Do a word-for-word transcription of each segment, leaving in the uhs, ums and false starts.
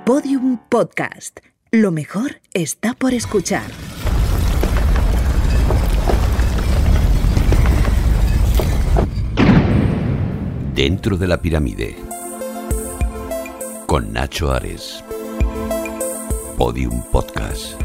Podium Podcast. Lo mejor está por escuchar. Dentro de la pirámide, con Nacho Ares. Podium Podcast.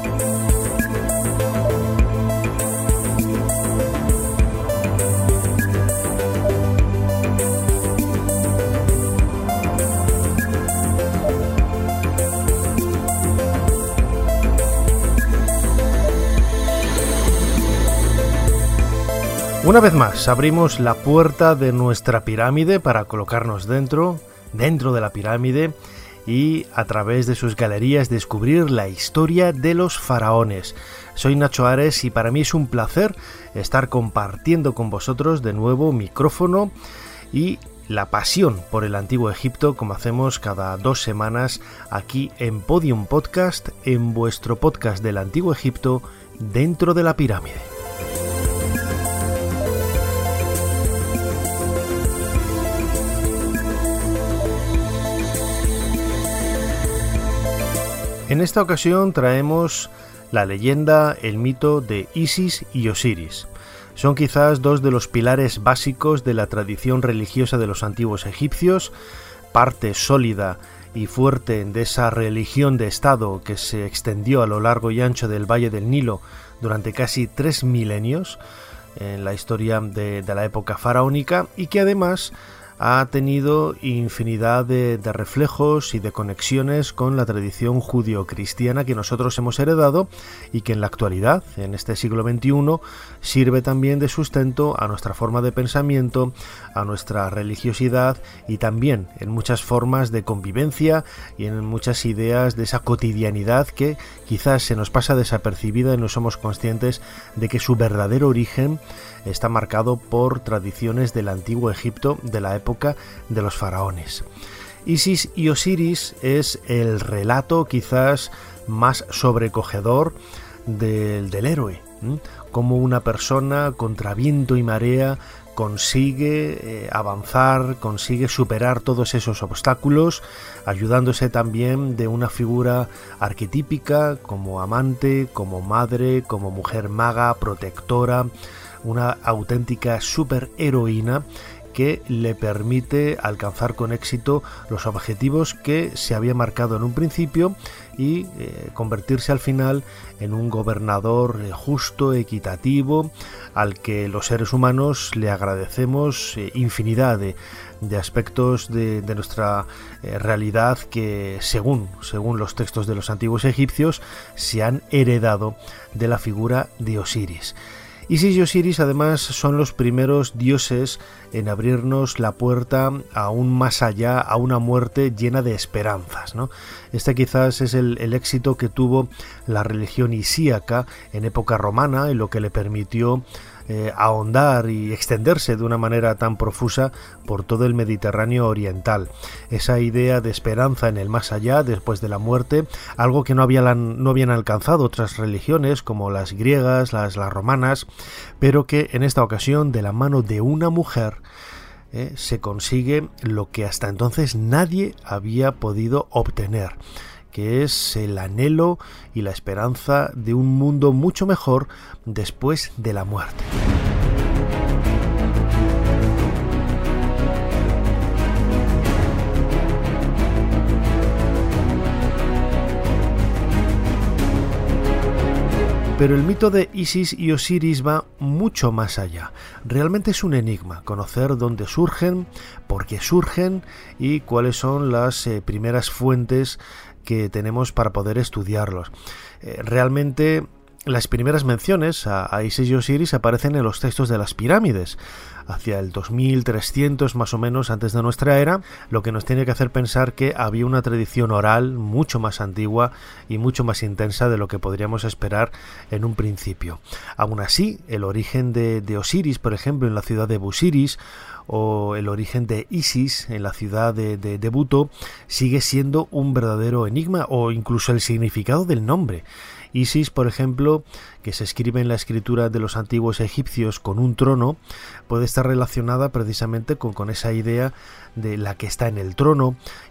Una vez más, abrimos la puerta de nuestra pirámide para colocarnos dentro, dentro de la pirámide y a través de sus galerías descubrir la historia de los faraones. Soy Nacho Ares y para mí es un placer estar compartiendo con vosotros de nuevo micrófono y la pasión por el Antiguo Egipto, como hacemos cada dos semanas aquí en Podium Podcast, en vuestro podcast del Antiguo Egipto dentro de la pirámide. En esta ocasión traemos la leyenda, el mito de Isis y Osiris. Son quizás dos de los pilares básicos de la tradición religiosa de los antiguos egipcios, parte sólida y fuerte de esa religión de Estado que se extendió a lo largo y ancho del Valle del Nilo durante casi tres milenios en la historia de, de la época faraónica y que además ha tenido infinidad de, de reflejos y de conexiones con la tradición judio-cristiana que nosotros hemos heredado y que en la actualidad, en este siglo veintiuno, sirve también de sustento a nuestra forma de pensamiento, a nuestra religiosidad y también en muchas formas de convivencia y en muchas ideas de esa cotidianidad que quizás se nos pasa desapercibida y no somos conscientes de que su verdadero origen está marcado por tradiciones del antiguo Egipto de la época de los faraones. Isis y Osiris es el relato quizás más sobrecogedor del, del héroe, ¿eh? Como una persona contra viento y marea consigue eh, avanzar, consigue superar todos esos obstáculos, ayudándose también de una figura arquetípica como amante, como madre, como mujer maga, protectora, una auténtica superheroína que le permite alcanzar con éxito los objetivos que se había marcado en un principio y eh, convertirse al final en un gobernador eh, justo, equitativo, al que los seres humanos le agradecemos eh, infinidad de, de aspectos de, de nuestra eh, realidad que según, según los textos de los antiguos egipcios se han heredado de la figura de Osiris. Isis y Osiris además son los primeros dioses en abrirnos la puerta a un más allá, a una muerte llena de esperanzas, ¿no? Este quizás es el, el éxito que tuvo la religión isíaca en época romana y lo que le permitió eh, ahondar y extenderse de una manera tan profusa por todo el Mediterráneo oriental. Esa idea de esperanza en el más allá, después de la muerte, algo que no, había, no habían alcanzado otras religiones como las griegas, las, las romanas, pero que en esta ocasión, de la mano de una mujer, eh, se consigue lo que hasta entonces nadie había podido obtener, que es el anhelo y la esperanza de un mundo mucho mejor después de la muerte. Pero el mito de Isis y Osiris va mucho más allá. Realmente es un enigma conocer dónde surgen, por qué surgen y cuáles son las eh, primeras fuentes que tenemos para poder estudiarlos. Eh, realmente las primeras menciones a, a Isis y Osiris aparecen en los textos de las pirámides, hacia el dos mil trescientos más o menos antes de nuestra era, lo que nos tiene que hacer pensar que había una tradición oral mucho más antigua y mucho más intensa de lo que podríamos esperar en un principio. Aún así, el origen de, de Osiris, por ejemplo, en la ciudad de Busiris, o el origen de Isis en la ciudad de, de, de Buto, sigue siendo un verdadero enigma, o incluso el significado del nombre. Isis, por ejemplo, que se escribe en la escritura de los antiguos egipcios con un trono, puede estar relacionada precisamente con, con esa idea de la que está en el trono, y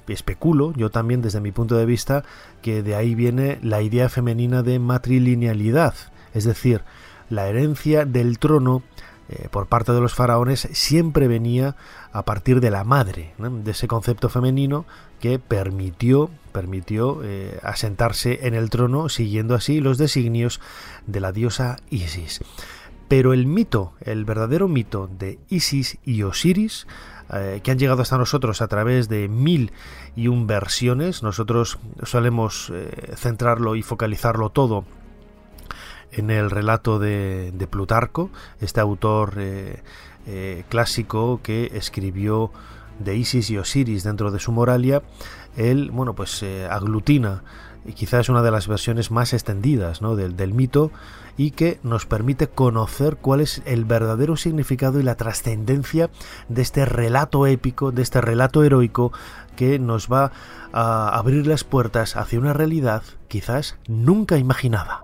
especulo, yo también desde mi punto de vista, que de ahí viene la idea femenina de matrilinealidad, es decir, la herencia del trono eh, por parte de los faraones siempre venía a partir de la madre, ¿no? De ese concepto femenino que permitió, permitió eh, asentarse en el trono, siguiendo así los designios de la diosa Isis. Pero el mito, el verdadero mito de Isis y Osiris, eh, que han llegado hasta nosotros a través de mil y un versiones, nosotros solemos eh, centrarlo y focalizarlo todo en el relato de, de Plutarco, este autor eh, eh, clásico que escribió de Isis y Osiris dentro de su Moralia. Él, bueno, pues eh, aglutina, y quizás es una de las versiones más extendidas, ¿no?, del, del mito, y que nos permite conocer cuál es el verdadero significado y la trascendencia de este relato épico, de este relato heroico que nos va a abrir las puertas hacia una realidad quizás nunca imaginada.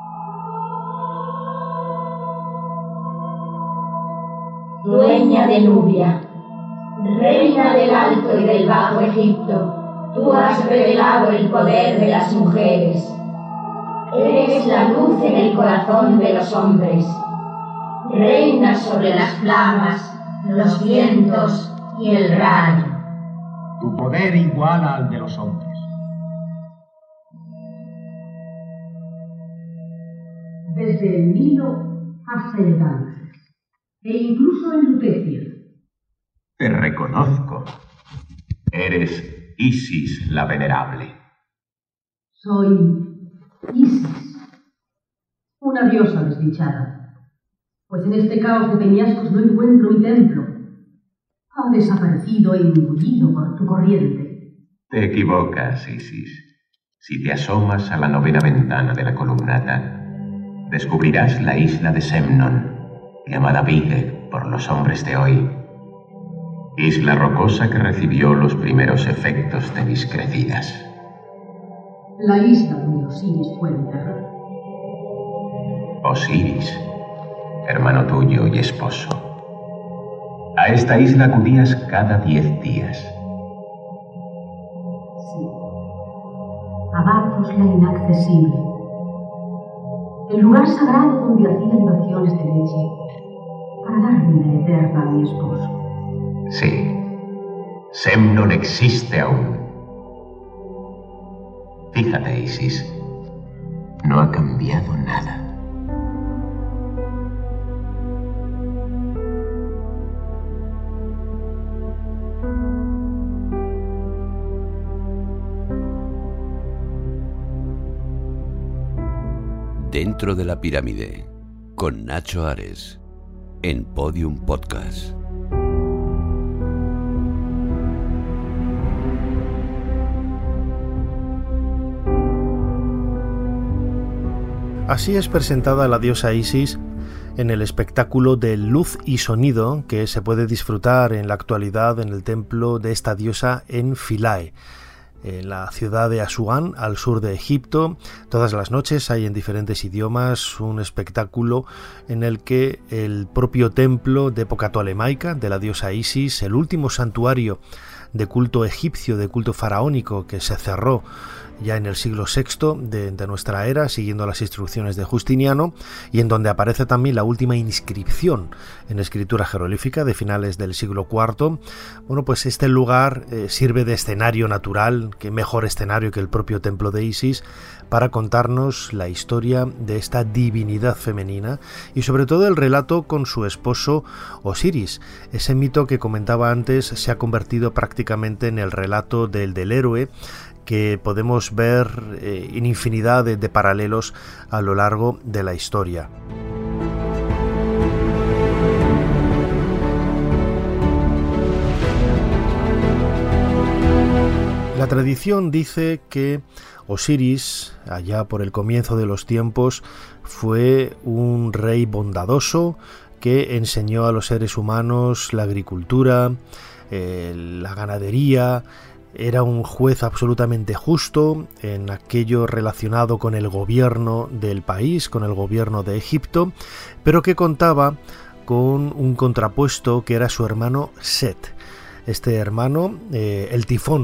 Dueña de Nubia, reina del Alto y del Bajo Egipto, tú has revelado el poder de las mujeres. Eres la luz en el corazón de los hombres. Reinas sobre las flamas, los vientos y el rayo. Tu poder iguala al de los hombres. Desde el Nilo hasta el Ganges, e incluso en Lutecia. Te reconozco. Eres Isis la Venerable. Soy Isis, una diosa desdichada, pues en este caos de peñascos no encuentro mi templo. Ha desaparecido e engullido por tu corriente. Te equivocas, Isis. Si te asomas a la novena ventana de la columnata, descubrirás la isla de Semnon, llamada Vide por los hombres de hoy. Isla rocosa que recibió los primeros efectos de mis crecidas. La isla donde Osiris fue enterrado. Osiris, hermano tuyo y esposo. A esta isla acudías cada diez días. Sí. A Bathos la inaccesible. El lugar sagrado donde hacía libaciones de leche para dar vida eterna a mi esposo. Sí. Semnon existe aún. Fíjate, Isis, no ha cambiado nada. Dentro de la pirámide, con Nacho Ares, en Podium Podcast. Así es presentada la diosa Isis en el espectáculo de luz y sonido que se puede disfrutar en la actualidad en el templo de esta diosa en Philae, en la ciudad de Asuán, al sur de Egipto. Todas las noches hay en diferentes idiomas un espectáculo en el que el propio templo de época tolemaica de la diosa Isis, el último santuario de culto egipcio, de culto faraónico, que se cerró ya en el siglo sexto de, de nuestra era, siguiendo las instrucciones de Justiniano, y en donde aparece también la última inscripción en escritura jeroglífica de finales del siglo cuarto. Bueno, pues este lugar eh, sirve de escenario natural, que mejor escenario que el propio templo de Isis, para contarnos la historia de esta divinidad femenina y sobre todo el relato con su esposo Osiris. Ese mito que comentaba antes se ha convertido prácticamente en el relato del, del héroe, que podemos ver eh, en infinidad de, de paralelos a lo largo de la historia. La tradición dice que Osiris, allá por el comienzo de los tiempos, fue un rey bondadoso que enseñó a los seres humanos la agricultura, eh, la ganadería. Era un juez absolutamente justo en aquello relacionado con el gobierno del país, con el gobierno de Egipto, pero que contaba con un contrapuesto que era su hermano Set. Este hermano, eh, el tifón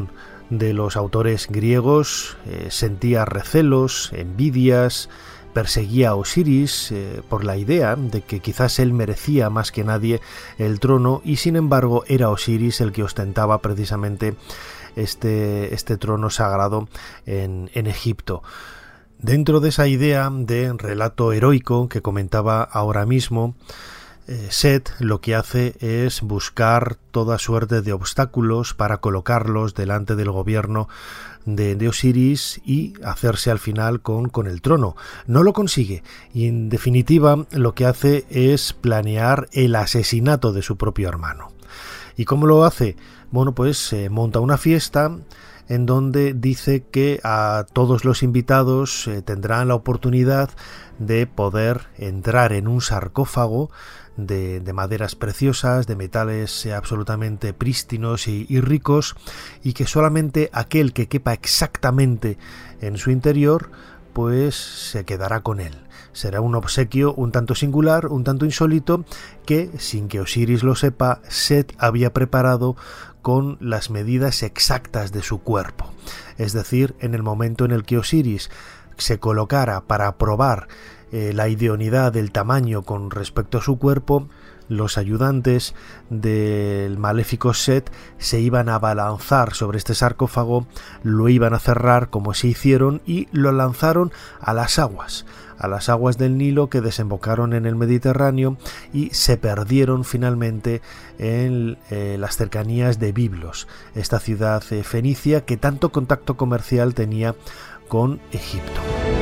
de los autores griegos eh, sentía recelos, envidias, perseguía a Osiris eh, por la idea de que quizás él merecía más que nadie el trono, y sin embargo era Osiris el que ostentaba precisamente este, este trono sagrado en, en Egipto. Dentro de esa idea de relato heroico que comentaba ahora mismo, eh, Set lo que hace es buscar toda suerte de obstáculos para colocarlos delante del gobierno de, de Osiris y hacerse al final con, con el trono. No lo consigue y en definitiva lo que hace es planear el asesinato de su propio hermano. ¿Y cómo lo hace? Bueno, pues eh, monta una fiesta en donde dice que a todos los invitados eh, tendrán la oportunidad de poder entrar en un sarcófago de, de maderas preciosas, de metales eh, absolutamente prístinos y, y ricos, y que solamente aquel que quepa exactamente en su interior pues se quedará con él. Será un obsequio un tanto singular, un tanto insólito, que, sin que Osiris lo sepa, Set había preparado con las medidas exactas de su cuerpo. Es decir, en el momento en el que Osiris se colocara para probar eh, la idoneidad del tamaño con respecto a su cuerpo, los ayudantes del maléfico Set se iban a abalanzar sobre este sarcófago, lo iban a cerrar como se hicieron y lo lanzaron a las aguas, a las aguas del Nilo que desembocaron en el Mediterráneo y se perdieron finalmente en eh, las cercanías de Biblos, esta ciudad eh, fenicia que tanto contacto comercial tenía con Egipto.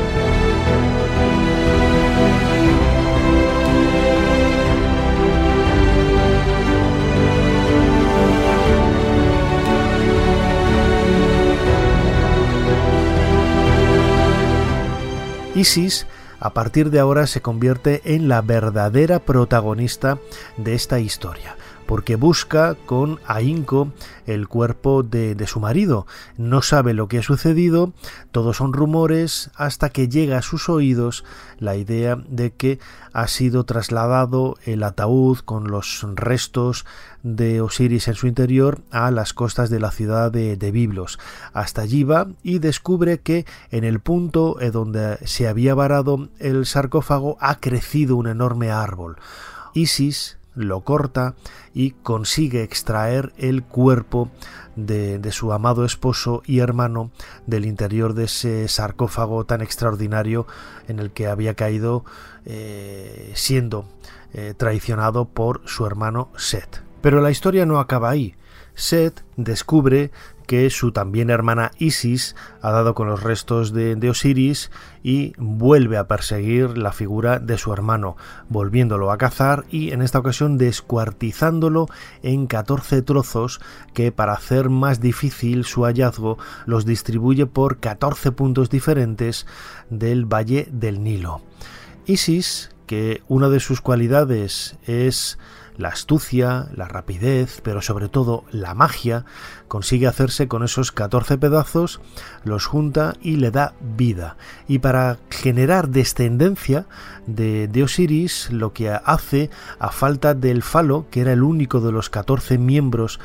Isis, a partir de ahora, se convierte en la verdadera protagonista de esta historia, porque busca con ahínco el cuerpo de, de su marido. No sabe lo que ha sucedido, todos son rumores, hasta que llega a sus oídos la idea de que ha sido trasladado el ataúd con los restos de Osiris en su interior a las costas de la ciudad de, de Biblos. Hasta allí va y descubre que en el punto donde se había varado el sarcófago ha crecido un enorme árbol. Isis lo corta y consigue extraer el cuerpo de, de su amado esposo y hermano del interior de ese sarcófago tan extraordinario en el que había caído eh, siendo eh, traicionado por su hermano Set. Pero la historia no acaba ahí. Set descubre que su también hermana Isis ha dado con los restos de, de Osiris y vuelve a perseguir la figura de su hermano, volviéndolo a cazar y en esta ocasión descuartizándolo en catorce trozos que, para hacer más difícil su hallazgo, los distribuye por catorce puntos diferentes del valle del Nilo. Isis, que una de sus cualidades es la astucia, la rapidez, pero sobre todo la magia, consigue hacerse con esos catorce pedazos, los junta y le da vida. Y para generar descendencia de, de Osiris, lo que hace, a falta del falo, que era el único de los catorce miembros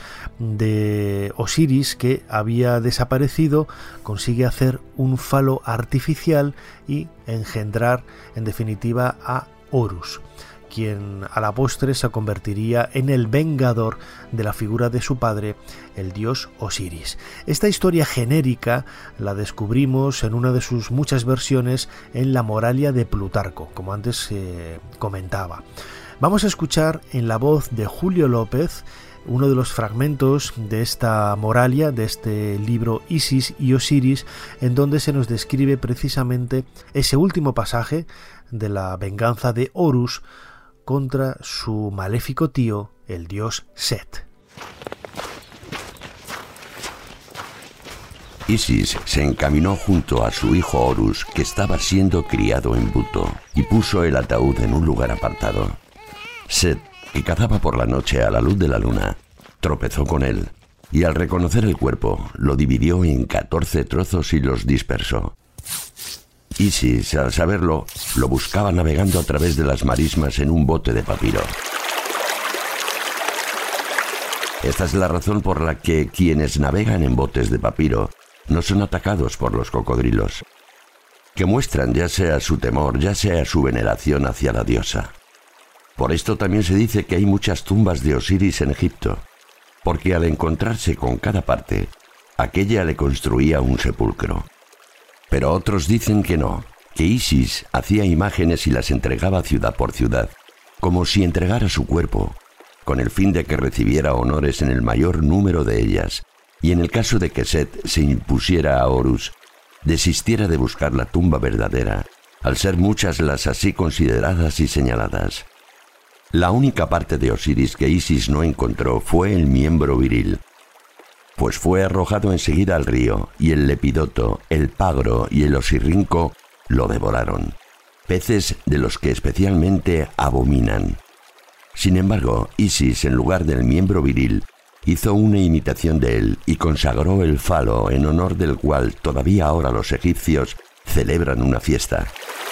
de Osiris que había desaparecido, consigue hacer un falo artificial y engendrar, en definitiva, a Horus, quien a la postre se convertiría en el vengador de la figura de su padre, el dios Osiris. Esta historia genérica la descubrimos en una de sus muchas versiones en la Moralia de Plutarco, como antes eh, comentaba. Vamos a escuchar en la voz de Julio López uno de los fragmentos de esta Moralia, de este libro Isis y Osiris, en donde se nos describe precisamente ese último pasaje de la venganza de Horus contra su maléfico tío, el dios Set. Isis se encaminó junto a su hijo Horus, que estaba siendo criado en Buto, y puso el ataúd en un lugar apartado. Set, que cazaba por la noche a la luz de la luna, tropezó con él, y al reconocer el cuerpo, lo dividió en catorce trozos y los dispersó. Isis, al saberlo, lo buscaba navegando a través de las marismas en un bote de papiro. Esta es la razón por la que quienes navegan en botes de papiro no son atacados por los cocodrilos, que muestran ya sea su temor, ya sea su veneración hacia la diosa. Por esto también se dice que hay muchas tumbas de Osiris en Egipto, porque al encontrarse con cada parte, aquella le construía un sepulcro. Pero otros dicen que no, que Isis hacía imágenes y las entregaba ciudad por ciudad, como si entregara su cuerpo, con el fin de que recibiera honores en el mayor número de ellas, y en el caso de que Set se impusiera a Horus, desistiera de buscar la tumba verdadera, al ser muchas las así consideradas y señaladas. La única parte de Osiris que Isis no encontró fue el miembro viril, pues fue arrojado enseguida al río, y el lepidoto, el pagro y el osirrinco lo devoraron, peces de los que especialmente abominan. Sin embargo, Isis, en lugar del miembro viril, hizo una imitación de él y consagró el falo, en honor del cual todavía ahora los egipcios celebran una fiesta.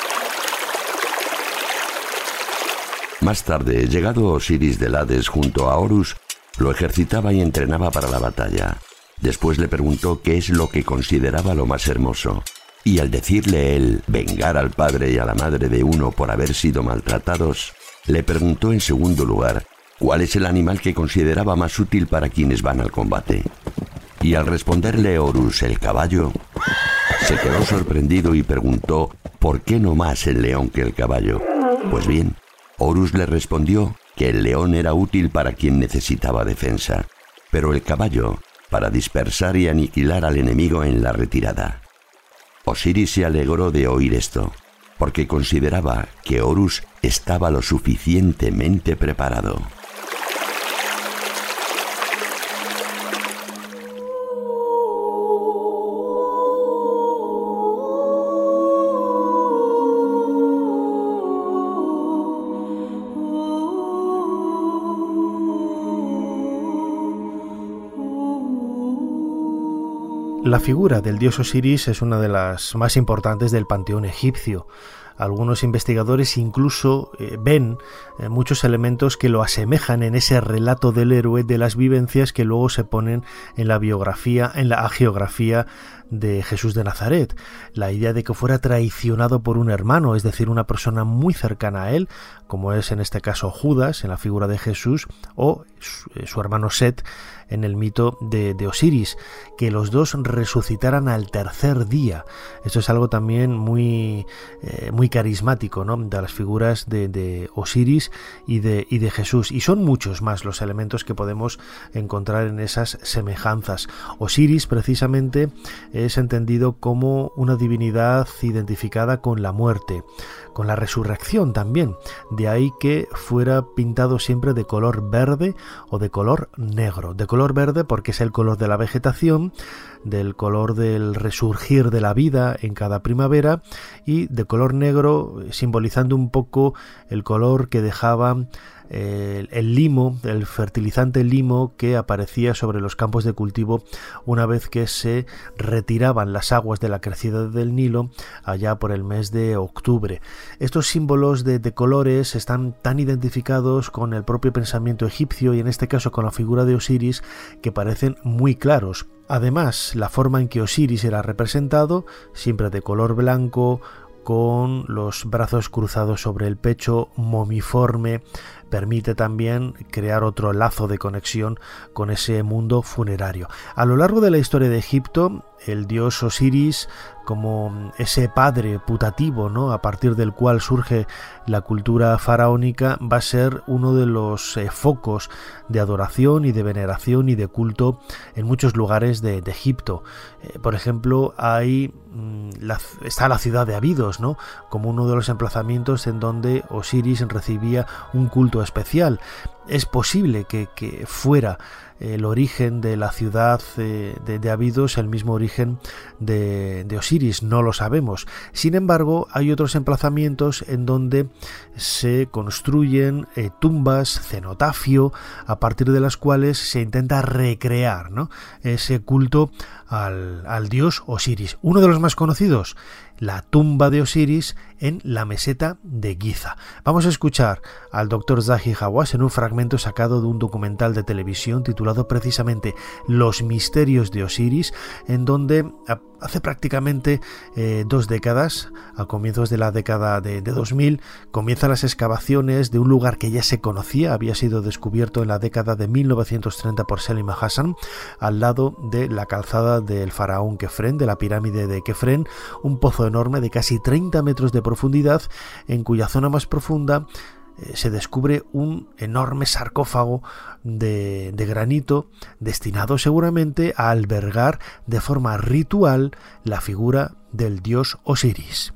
Más tarde, llegado Osiris del Hades junto a Horus, lo ejercitaba y entrenaba para la batalla. Después le preguntó qué es lo que consideraba lo más hermoso, y al decirle él vengar al padre y a la madre de uno por haber sido maltratados, le preguntó en segundo lugar cuál es el animal que consideraba más útil para quienes van al combate. Y al responderle Horus el caballo, se quedó sorprendido y preguntó por qué no más el león que el caballo. Pues bien, Horus le respondió que el león era útil para quien necesitaba defensa, pero el caballo para dispersar y aniquilar al enemigo en la retirada. Osiris se alegró de oír esto, porque consideraba que Horus estaba lo suficientemente preparado. La figura del dios Osiris es una de las más importantes del panteón egipcio. Algunos investigadores incluso eh, ven eh, muchos elementos que lo asemejan en ese relato del héroe de las vivencias que luego se ponen en la biografía, en la hagiografía de Jesús de Nazaret. La idea de que fuera traicionado por un hermano, es decir, una persona muy cercana a él, como es en este caso Judas, en la figura de Jesús, o su, eh, su hermano Set, en el mito de, de Osiris, que los dos resucitaran al tercer día. Esto es algo también muy, eh, muy carismático, ¿no?, de las figuras de, de Osiris y de, y de Jesús. Y son muchos más los elementos que podemos encontrar en esas semejanzas. Osiris, precisamente, es entendido como una divinidad identificada con la muerte, con la resurrección también. De ahí que fuera pintado siempre de color verde o de color negro. De color verde porque es el color de la vegetación, del color del resurgir de la vida en cada primavera, y de color negro simbolizando un poco el color que dejaba el, el limo, el fertilizante limo que aparecía sobre los campos de cultivo una vez que se retiraban las aguas de la crecida del Nilo allá por el mes de octubre. Estos símbolos de, de colores están tan identificados con el propio pensamiento egipcio y en este caso con la figura de Osiris que parecen muy claros. Además, la forma en que Osiris era representado, siempre de color blanco, con los brazos cruzados sobre el pecho, momiforme, permite también crear otro lazo de conexión con ese mundo funerario. A lo largo de la historia de Egipto, el dios Osiris, como ese padre putativo, ¿no?, a partir del cual surge la cultura faraónica, va a ser uno de los eh, focos de adoración y de veneración y de culto en muchos lugares de, de Egipto. Eh, por ejemplo, hay mmm, la, está la ciudad de Abidos, ¿no?, como uno de los emplazamientos en donde Osiris recibía un culto especial. Es posible que, que fuera el origen de la ciudad de, de, de Abidos el mismo origen de, de Osiris, no lo sabemos. Sin embargo, hay otros emplazamientos en donde se construyen eh, tumbas, cenotafio, a partir de las cuales se intenta recrear, ¿no?, ese culto al, al dios Osiris. Uno de los más conocidos, la tumba de Osiris en la meseta de Giza. Vamos a escuchar al doctor Zahi Hawass en un fragmento fragmento sacado de un documental de televisión titulado precisamente Los misterios de Osiris, en donde hace prácticamente eh, dos décadas, a comienzos de la década de, de dos mil, comienzan las excavaciones de un lugar que ya se conocía, había sido descubierto en la década de mil novecientos treinta por Selim Hassan, al lado de la calzada del faraón Kefren, de la pirámide de Kefren, un pozo enorme de casi treinta metros de profundidad, en cuya zona más profunda eh, se descubre un enorme sarcófago de, de granito destinado seguramente a albergar de forma ritual la figura del dios Osiris.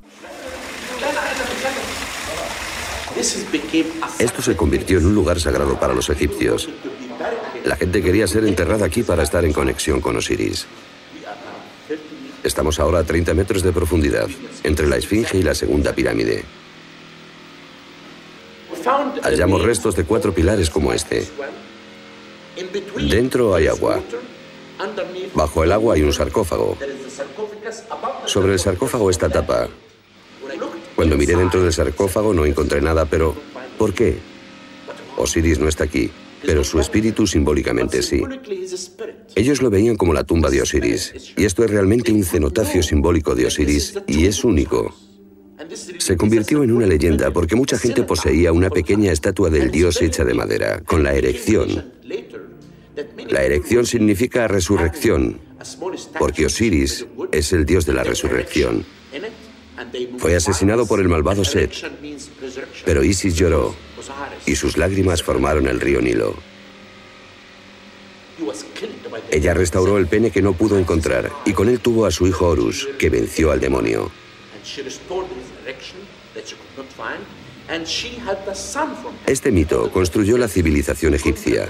Esto se convirtió en un lugar sagrado para los egipcios. La gente quería ser enterrada aquí para estar en conexión con Osiris. Estamos ahora a treinta metros de profundidad, entre la Esfinge y la segunda pirámide. Hallamos restos de cuatro pilares como este. Dentro hay agua. Bajo el agua hay un sarcófago. Sobre el sarcófago esta tapa. Cuando miré dentro del sarcófago no encontré nada, pero ¿por qué? Osiris no está aquí, pero su espíritu simbólicamente sí. Ellos lo veían como la tumba de Osiris, y esto es realmente un cenotafio simbólico de Osiris, y es único. Se convirtió en una leyenda porque mucha gente poseía una pequeña estatua del dios hecha de madera, con la erección. La erección significa resurrección, porque Osiris es el dios de la resurrección. Fue asesinado por el malvado Set, pero Isis lloró, y sus lágrimas formaron el río Nilo. Ella restauró el pene que no pudo encontrar, y con él tuvo a su hijo Horus, que venció al demonio. Este mito construyó la civilización egipcia.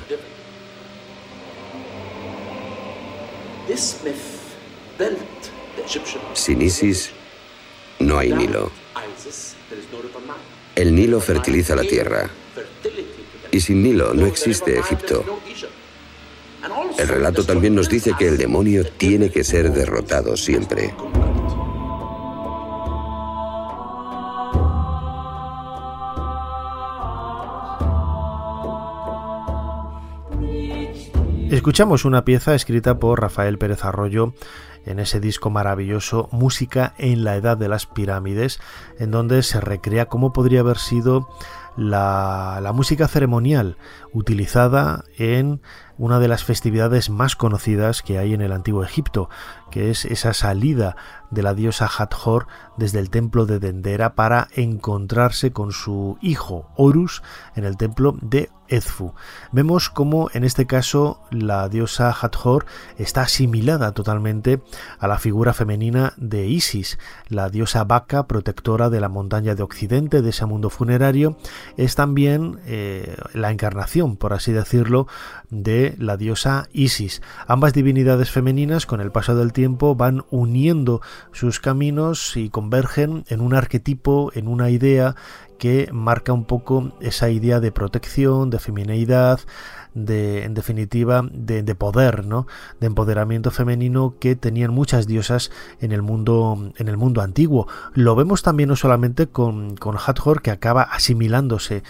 Sin Isis, no hay Nilo. El Nilo fertiliza la tierra. Y sin Nilo no existe Egipto. El relato también nos dice que el demonio tiene que ser derrotado siempre. Escuchamos una pieza escrita por Rafael Pérez Arroyo en ese disco maravilloso Música en la Edad de las Pirámides, en donde se recrea cómo podría haber sido la, la música ceremonial utilizada en una de las festividades más conocidas que hay en el Antiguo Egipto, que es esa salida de la diosa Hathor desde el templo de Dendera para encontrarse con su hijo Horus en el templo de Edfu. Vemos cómo en este caso la diosa Hathor está asimilada totalmente a la figura femenina de Isis, la diosa Baca, protectora de la montaña de Occidente, de ese mundo funerario. Es también eh, la encarnación, por así decirlo, de la diosa Isis. Ambas divinidades femeninas con el paso del tiempo van uniendo sus caminos y convergen en un arquetipo, en una idea que marca un poco esa idea de protección, de femineidad, de, en definitiva, de, de poder, ¿no? De empoderamiento femenino que tenían muchas diosas en el mundo, en el mundo antiguo. Lo vemos también no solamente con, con Hathor, que acaba asimilándose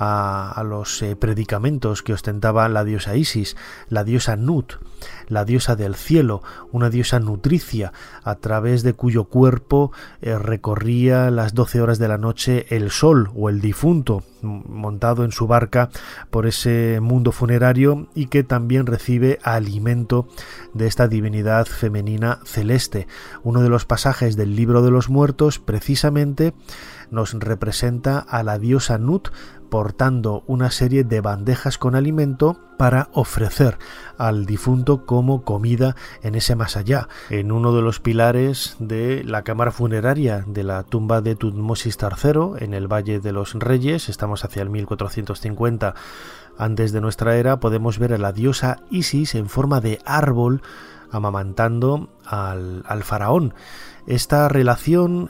a, a los eh, predicamentos que ostentaba la diosa Isis, la diosa Nut, la diosa del cielo, una diosa nutricia, a través de cuyo cuerpo eh, recorría las doce horas de la noche el sol o el difunto, montado en su barca por ese mundo funerario, y que también recibe alimento de esta divinidad femenina celeste. Uno de los pasajes del Libro de los Muertos precisamente nos representa a la diosa Nut portando una serie de bandejas con alimento para ofrecer al difunto como comida en ese más allá. En uno de los pilares de la cámara funeraria de la tumba de Tutmosis tercero en el Valle de los Reyes, estamos hacia el mil cuatrocientos cincuenta antes de nuestra era, podemos ver a la diosa Isis en forma de árbol amamantando al, al faraón. Esta relación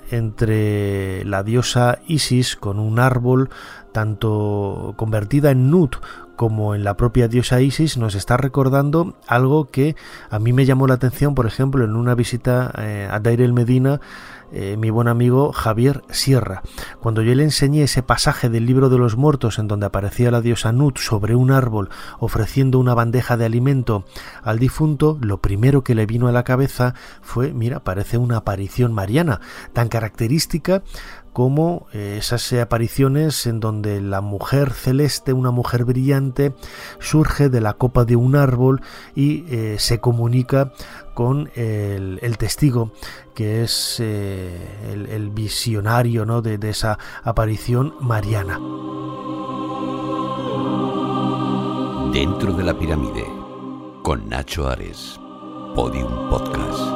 entre la diosa Isis con un árbol, tanto convertida en Nut como en la propia diosa Isis, nos está recordando algo que a mí me llamó la atención, por ejemplo, en una visita eh, a Deir el Medina, eh, mi buen amigo Javier Sierra. Cuando yo le enseñé ese pasaje del libro de los muertos en donde aparecía la diosa Nut sobre un árbol ofreciendo una bandeja de alimento al difunto, lo primero que le vino a la cabeza fue, mira, parece una aparición mariana, tan característica como eh, esas apariciones en donde la mujer celeste, una mujer brillante, surge de la copa de un árbol y eh, se comunica con el, el testigo, que es eh, el, el visionario, ¿no?, de, de esa aparición mariana. Dentro de la pirámide, con Nacho Ares, Podium Podcast.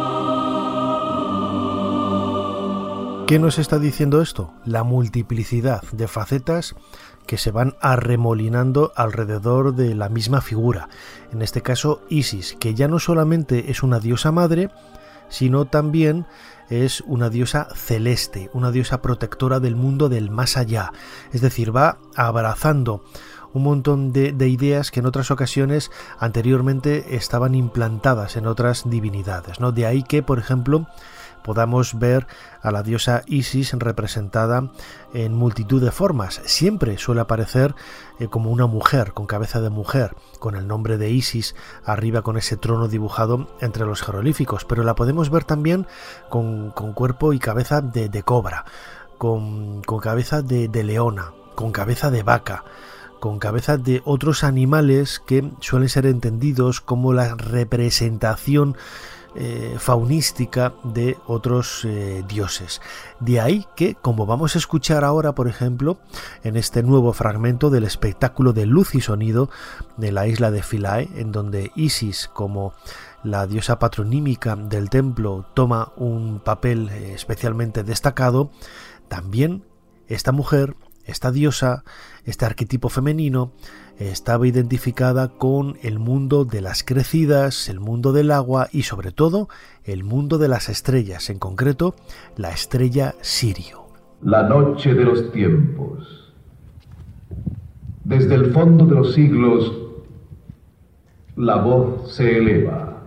¿Qué nos está diciendo esto? La multiplicidad de facetas que se van arremolinando alrededor de la misma figura, en este caso Isis, que ya no solamente es una diosa madre, sino también es una diosa celeste, una diosa protectora del mundo del más allá, es decir, va abrazando un montón de, de ideas que en otras ocasiones anteriormente estaban implantadas en otras divinidades, ¿no? De ahí que, por ejemplo, podamos ver a la diosa Isis representada en multitud de formas. Siempre suele aparecer eh, como una mujer, con cabeza de mujer, con el nombre de Isis arriba, con ese trono dibujado entre los jeroglíficos, pero la podemos ver también con, con cuerpo y cabeza de, de cobra, con, con cabeza de, de leona, con cabeza de vaca, con cabeza de otros animales que suelen ser entendidos como la representación Eh, faunística de otros eh, dioses. De ahí que, como vamos a escuchar ahora, por ejemplo, en este nuevo fragmento del espectáculo de luz y sonido de la isla de Philae, en donde Isis, como la diosa patronímica del templo, toma un papel eh, especialmente destacado, también esta mujer, esta diosa, este arquetipo femenino, estaba identificada con el mundo de las crecidas, el mundo del agua y sobre todo el mundo de las estrellas, en concreto la estrella Sirio. La noche de los tiempos. Desde el fondo de los siglos, la voz se eleva.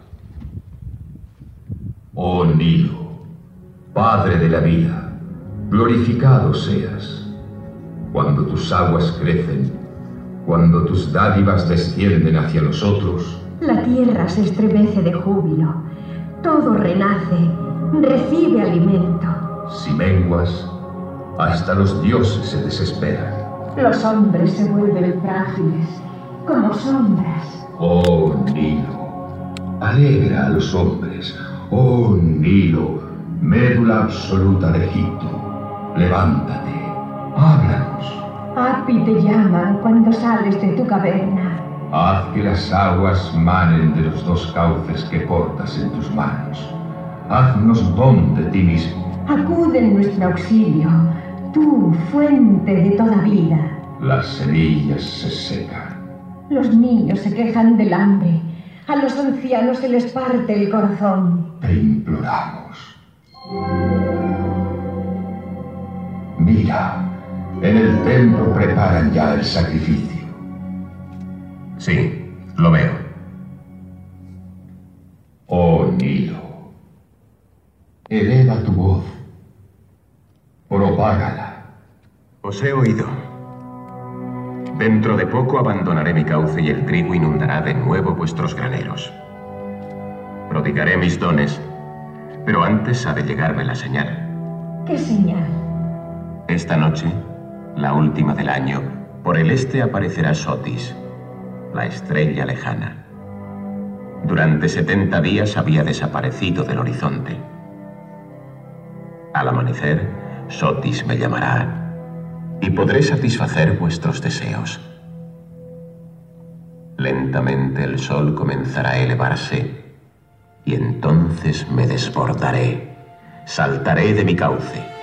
Oh Nilo, Padre de la vida, glorificado seas. Cuando tus aguas crecen, cuando tus dádivas descienden hacia nosotros, la tierra se estremece de júbilo, todo renace, recibe alimento. Si menguas, hasta los dioses se desesperan. Los hombres se vuelven frágiles, como sombras. Oh Nilo, alegra a los hombres. Oh Nilo, médula absoluta de Egipto, levántate, háblanos. Api te llaman cuando sales de tu caverna. Haz que las aguas manen de los dos cauces que portas en tus manos. Haznos don de ti mismo. Acude en nuestro auxilio, tú, fuente de toda vida. Las semillas se secan. Los niños se quejan del hambre. A los ancianos se les parte el corazón. Te imploramos. Mira. En el templo preparan ya el sacrificio. Sí, lo veo. Oh Nilo, eleva tu voz, propágala. Os he oído. Dentro de poco abandonaré mi cauce y el trigo inundará de nuevo vuestros graneros. Prodigaré mis dones, pero antes ha de llegarme la señal. ¿Qué señal? Esta noche, la última del año, por el este aparecerá Sotis, la estrella lejana. Durante setenta días había desaparecido del horizonte. Al amanecer, Sotis me llamará y podré satisfacer vuestros deseos. Lentamente el sol comenzará a elevarse y entonces me desbordaré, saltaré de mi cauce.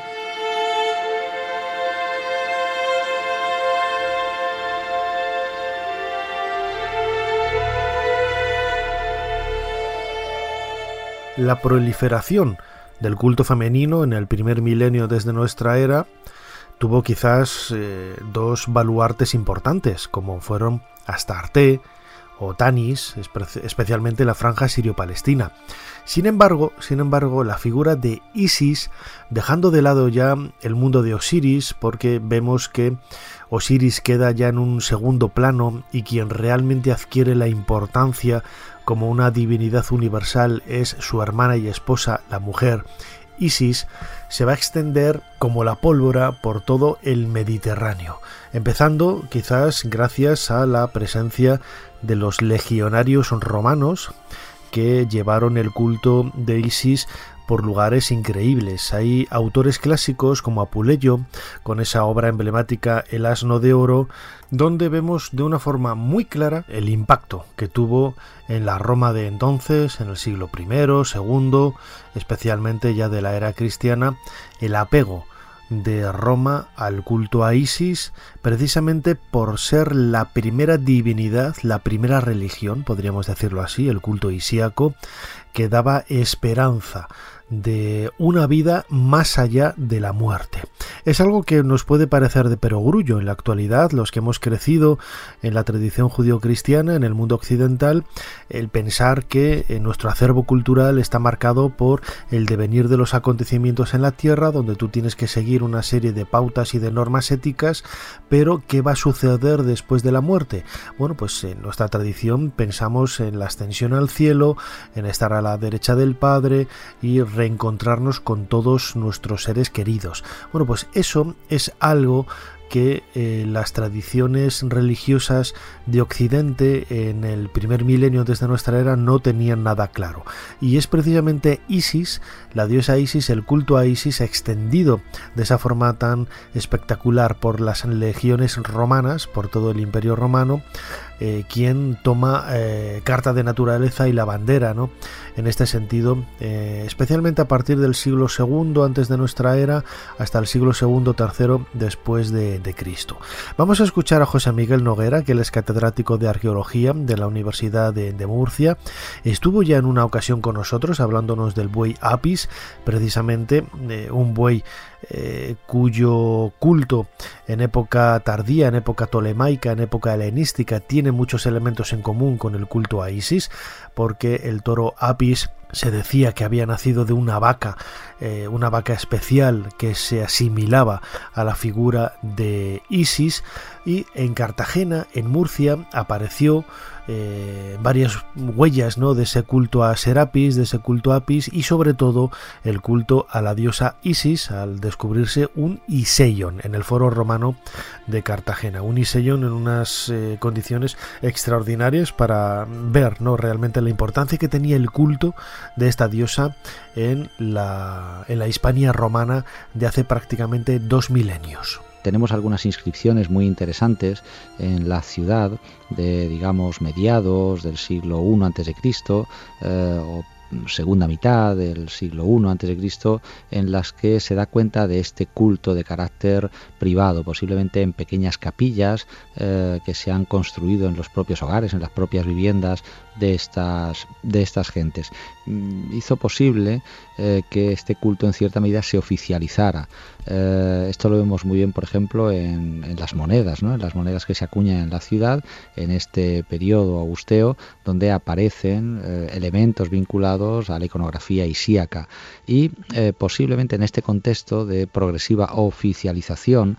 La proliferación del culto femenino en el primer milenio desde nuestra era tuvo quizás eh, dos baluartes importantes, como fueron Astarte o Tanis, especialmente la franja sirio-palestina. Sin embargo, sin embargo, la figura de Isis, dejando de lado ya el mundo de Osiris, porque vemos que Osiris queda ya en un segundo plano y quien realmente adquiere la importancia como una divinidad universal es su hermana y esposa, la mujer Isis, se va a extender como la pólvora por todo el Mediterráneo, empezando quizás gracias a la presencia de los legionarios romanos que llevaron el culto de Isis por lugares increíbles. Hay autores clásicos como Apuleyo, con esa obra emblemática El asno de oro, donde vemos de una forma muy clara el impacto que tuvo en la Roma de entonces, en el siglo primero, segundo, especialmente ya de la era cristiana, el apego de Roma al culto a Isis, precisamente por ser la primera divinidad, la primera religión, podríamos decirlo así, el culto isíaco, que daba esperanza de una vida más allá de la muerte. Es algo que nos puede parecer de perogrullo en la actualidad, los que hemos crecido en la tradición judío-cristiana, en el mundo occidental, el pensar que nuestro acervo cultural está marcado por el devenir de los acontecimientos en la tierra, donde tú tienes que seguir una serie de pautas y de normas éticas, pero ¿qué va a suceder después de la muerte? Bueno, pues en nuestra tradición pensamos en la ascensión al cielo, en estar a la derecha del Padre y reencontrarnos con todos nuestros seres queridos. Bueno, pues eso es algo que eh, las tradiciones religiosas de Occidente en el primer milenio antes de nuestra era no tenían nada claro. Y es precisamente Isis, la diosa Isis, el culto a Isis extendido de esa forma tan espectacular por las legiones romanas, por todo el Imperio Romano, eh, quien toma eh, carta de naturaleza y la bandera, ¿no? En este sentido, eh, especialmente a partir del siglo segundo antes de nuestra era hasta el siglo segundo tercero después de, de Cristo. Vamos a escuchar a José Miguel Noguera, que él es catedrático de arqueología de la Universidad de, de Murcia. Estuvo ya en una ocasión con nosotros hablándonos del buey Apis, precisamente eh, un buey eh, cuyo culto en época tardía, en época tolemaica, en época helenística, tiene muchos elementos en común con el culto a Isis, porque el toro Apis se decía que había nacido de una vaca, eh, una vaca especial que se asimilaba a la figura de Isis, y en Cartagena, en Murcia, apareció eh, varias huellas, ¿no?, de ese culto a Serapis, de ese culto a Apis, y sobre todo el culto a la diosa Isis, al descubrirse un Iseion en el foro romano de Cartagena, un Iseion en unas eh, condiciones extraordinarias para ver, ¿no?, realmente la importancia que tenía el culto de esta diosa en la, en la Hispania romana de hace prácticamente dos milenios. Tenemos algunas inscripciones muy interesantes en la ciudad de, digamos, mediados del siglo primero antes de Cristo eh, o segunda mitad del siglo primero antes de Cristo, en las que se da cuenta de este culto de carácter privado, posiblemente en pequeñas capillas eh, que se han construido en los propios hogares, en las propias viviendas de estas, de estas gentes. Hizo posible eh, que este culto en cierta medida se oficializara. Eh, esto lo vemos muy bien, por ejemplo, en, en las monedas, ¿no?, en las monedas que se acuñan en la ciudad en este periodo augusteo, donde aparecen eh, elementos vinculados a la iconografía isíaca, y eh, posiblemente en este contexto de progresiva oficialización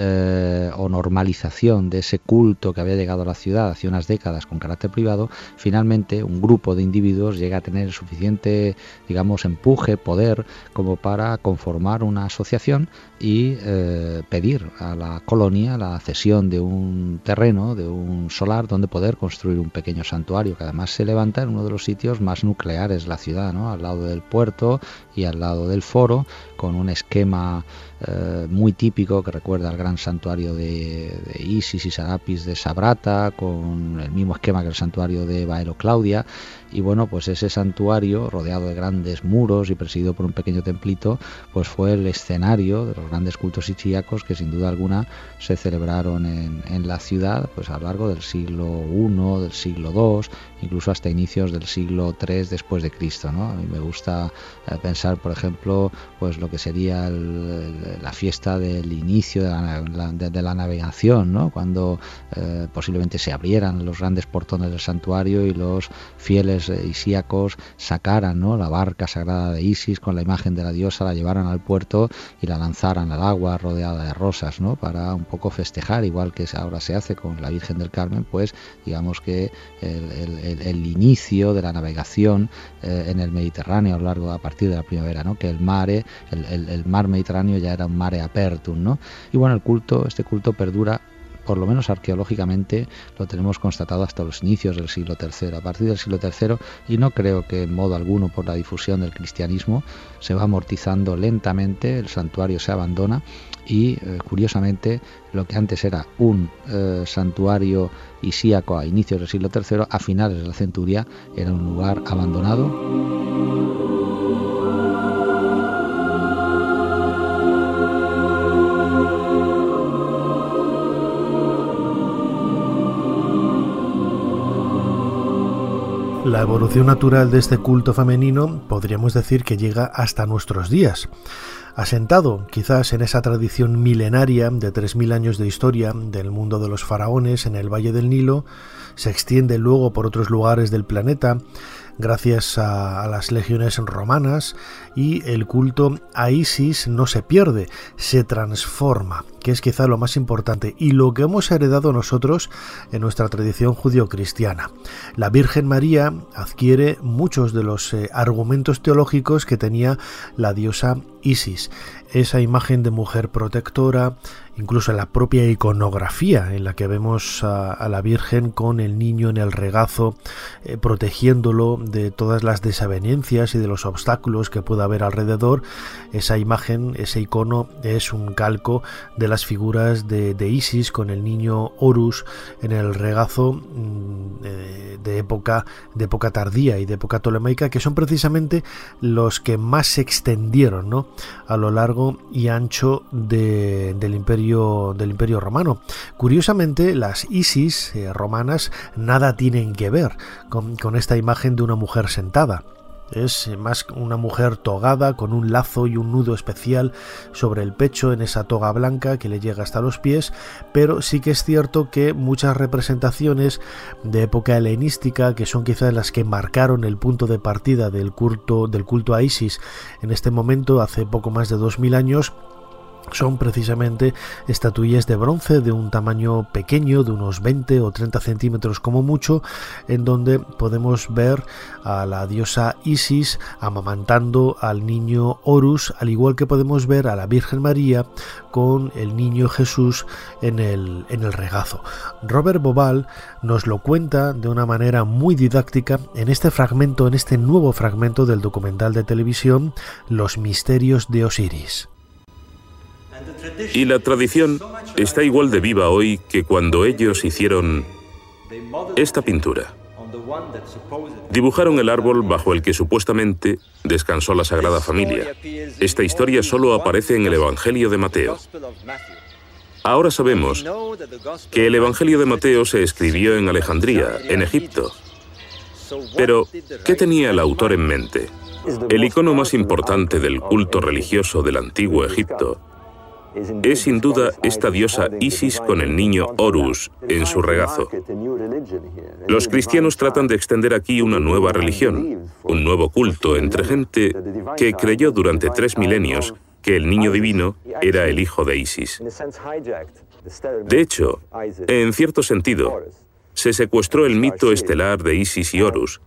eh, o normalización de ese culto que había llegado a la ciudad hace unas décadas con carácter privado, finalmente un grupo de individuos llega a tener suficiente, digamos, empuje, poder, como para conformar una asociación y eh, pedir a la colonia la cesión de un terreno, de un solar, donde poder construir un pequeño santuario, que además se levanta en uno de los sitios más nucleares de la ciudad, ¿no?, al lado del puerto y al lado del foro, con un esquema eh, muy típico que recuerda al gran santuario de, de Isis y Serapis de Sabrata, con el mismo esquema que el santuario de Baelo Claudia. Y bueno, pues ese santuario, rodeado de grandes muros y presidido por un pequeño templito, pues fue el escenario de los grandes cultos isíacos que sin duda alguna se celebraron en, en la ciudad, pues a lo largo del siglo primero, del siglo segundo, incluso hasta inicios del siglo tercero después de Cristo, ¿no? A mí me gusta eh, pensar, por ejemplo, pues lo que sería el, eh, la fiesta del inicio de la, la, de, de la navegación, ¿no? Cuando eh, posiblemente se abrieran los grandes portones del santuario y los fieles eh, isíacos sacaran, ¿no?, la barca sagrada de Isis con la imagen de la diosa, la llevaran al puerto y la lanzaran al agua rodeada de rosas, ¿no?, para un poco festejar, igual que ahora se hace con la Virgen del Carmen, pues digamos que el, el, el inicio de la navegación eh, en el Mediterráneo a lo largo, a partir de la primavera, ¿no?, que el mare, el, el, el mar Mediterráneo ya era un mare apertum, ¿no? Y bueno, el culto, este culto perdura, por lo menos arqueológicamente, lo tenemos constatado hasta los inicios del siglo tercero. A partir del siglo tercero, y no creo que en modo alguno por la difusión del cristianismo, se va amortizando lentamente, el santuario se abandona y, eh, curiosamente, lo que antes era un eh, santuario isíaco a inicios del siglo tercero, a finales de la centuria, era un lugar abandonado. La evolución natural de este culto femenino podríamos decir que llega hasta nuestros días. Asentado quizás en esa tradición milenaria de tres mil años de historia del mundo de los faraones en el Valle del Nilo, se extiende luego por otros lugares del planeta gracias a, a las legiones romanas, y el culto a Isis no se pierde, se transforma, que es quizá lo más importante y lo que hemos heredado nosotros en nuestra tradición judio-cristiana. La Virgen María adquiere muchos de los eh, argumentos teológicos que tenía la diosa Isis. Esa imagen de mujer protectora, incluso en la propia iconografía en la que vemos a, a la Virgen con el niño en el regazo, eh, protegiéndolo de todas las desavenencias y de los obstáculos que pueda haber alrededor. Esa imagen, ese icono, es un calco de las figuras de, de Isis con el niño Horus en el regazo, de, de época de época tardía y de época tolemaica, que son precisamente los que más se extendieron, ¿no?, a lo largo y ancho de, del imperio del imperio romano. Curiosamente, las Isis eh, romanas nada tienen que ver con, con esta imagen de una mujer sentada. Es más una mujer togada con un lazo y un nudo especial sobre el pecho en esa toga blanca que le llega hasta los pies, pero sí que es cierto que muchas representaciones de época helenística, que son quizás las que marcaron el punto de partida del culto, del culto a Isis en este momento, hace poco más de dos mil años, son precisamente estatuillas de bronce de un tamaño pequeño, de unos veinte o treinta centímetros como mucho, en donde podemos ver a la diosa Isis amamantando al niño Horus, al igual que podemos ver a la Virgen María con el niño Jesús en el, en el regazo. Robert Bauval nos lo cuenta de una manera muy didáctica en este fragmento, en este nuevo fragmento del documental de televisión Los misterios de Osiris. Y la tradición está igual de viva hoy que cuando ellos hicieron esta pintura. Dibujaron el árbol bajo el que supuestamente descansó la Sagrada Familia. Esta historia solo aparece en el Evangelio de Mateo. Ahora sabemos que el Evangelio de Mateo se escribió en Alejandría, en Egipto. Pero, ¿qué tenía el autor en mente? El icono más importante del culto religioso del antiguo Egipto es sin duda esta diosa Isis con el niño Horus en su regazo. Los cristianos tratan de extender aquí una nueva religión, un nuevo culto entre gente que creyó durante tres milenios que el niño divino era el hijo de Isis. De hecho, en cierto sentido, se secuestró el mito estelar de Isis y Horus,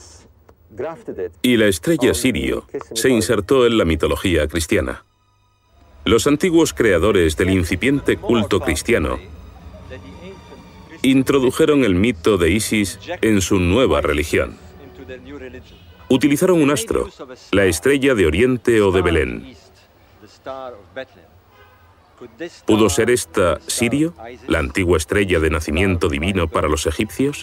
y la estrella Sirio se insertó en la mitología cristiana. Los antiguos creadores del incipiente culto cristiano introdujeron el mito de Isis en su nueva religión. Utilizaron un astro, la estrella de Oriente o de Belén. ¿Pudo ser esta Sirio, la antigua estrella de nacimiento divino para los egipcios?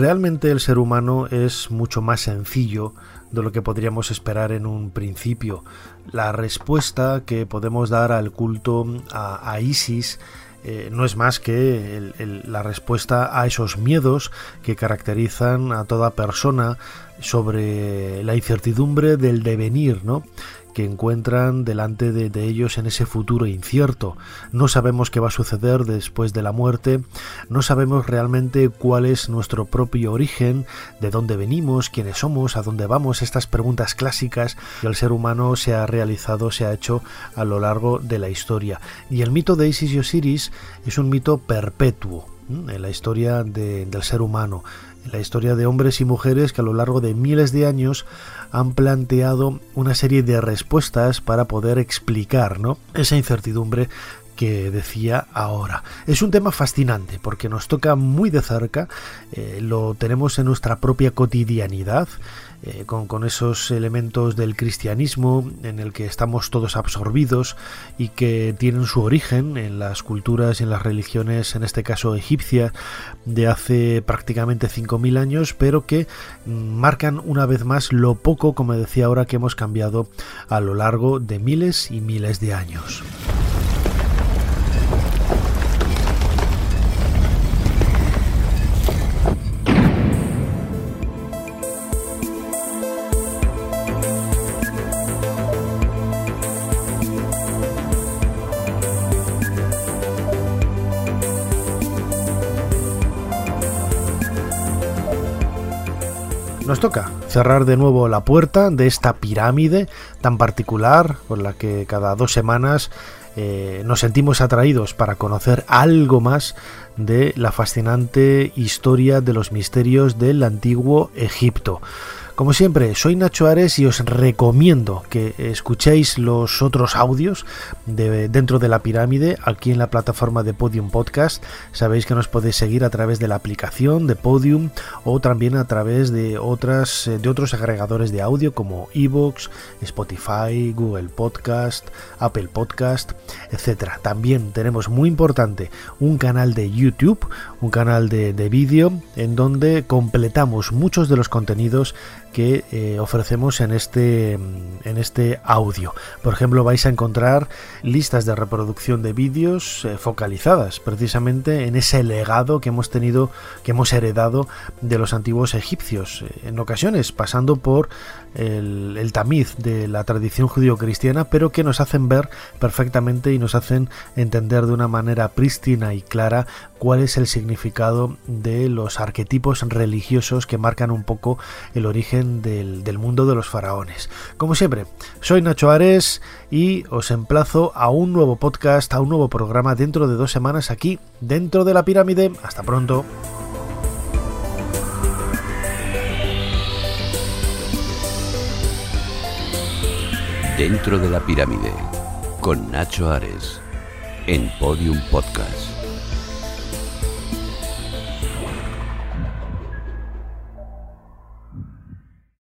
realmente el ser humano es mucho más sencillo de lo que podríamos esperar en un principio. La respuesta que podemos dar al culto a, a Isis eh, no es más que el, el, la respuesta a esos miedos que caracterizan a toda persona sobre la incertidumbre del devenir, ¿no?, que encuentran delante de, de ellos en ese futuro incierto. No sabemos qué va a suceder después de la muerte, no sabemos realmente cuál es nuestro propio origen, de dónde venimos, quiénes somos, a dónde vamos, estas preguntas clásicas que el ser humano se ha realizado, se ha hecho a lo largo de la historia. Y el mito de Isis y Osiris es un mito perpetuo en la historia de, del ser humano, en la historia de hombres y mujeres que a lo largo de miles de años han planteado una serie de respuestas para poder explicar, ¿no?, esa incertidumbre que decía ahora. Es un tema fascinante porque nos toca muy de cerca, eh, lo tenemos en nuestra propia cotidianidad, eh, con, con esos elementos del cristianismo en el que estamos todos absorbidos y que tienen su origen en las culturas y en las religiones, en este caso egipcias, de hace prácticamente cinco mil años, pero que marcan una vez más lo poco, como decía ahora, que hemos cambiado a lo largo de miles y miles de años. Nos toca cerrar de nuevo la puerta de esta pirámide tan particular con la que cada dos semanas eh, nos sentimos atraídos para conocer algo más de la fascinante historia de los misterios del antiguo Egipto. Como siempre, soy Nacho Ares y os recomiendo que escuchéis los otros audios de Dentro de la Pirámide aquí en la plataforma de Podium Podcast. Sabéis que nos podéis seguir a través de la aplicación de Podium o también a través de otras de otros agregadores de audio como iVoox, Spotify, Google Podcast, Apple Podcast, etcétera. También tenemos, muy importante, un canal de YouTube, un canal de, de vídeo en donde completamos muchos de los contenidos que eh, ofrecemos en este, en este audio. Por ejemplo, vais a encontrar listas de reproducción de vídeos eh, focalizadas precisamente en ese legado que hemos tenido, que hemos heredado de los antiguos egipcios, eh, en ocasiones pasando por el, el tamiz de la tradición judio-cristiana, pero que nos hacen ver perfectamente y nos hacen entender de una manera prístina y clara cuál es el significado de los arquetipos religiosos que marcan un poco el origen Del, del mundo de los faraones. Como siempre, soy Nacho Ares y os emplazo a un nuevo podcast, a un nuevo programa dentro de dos semanas aquí, Dentro de la Pirámide. Hasta pronto. Dentro de la Pirámide, con Nacho Ares, en Podium Podcast.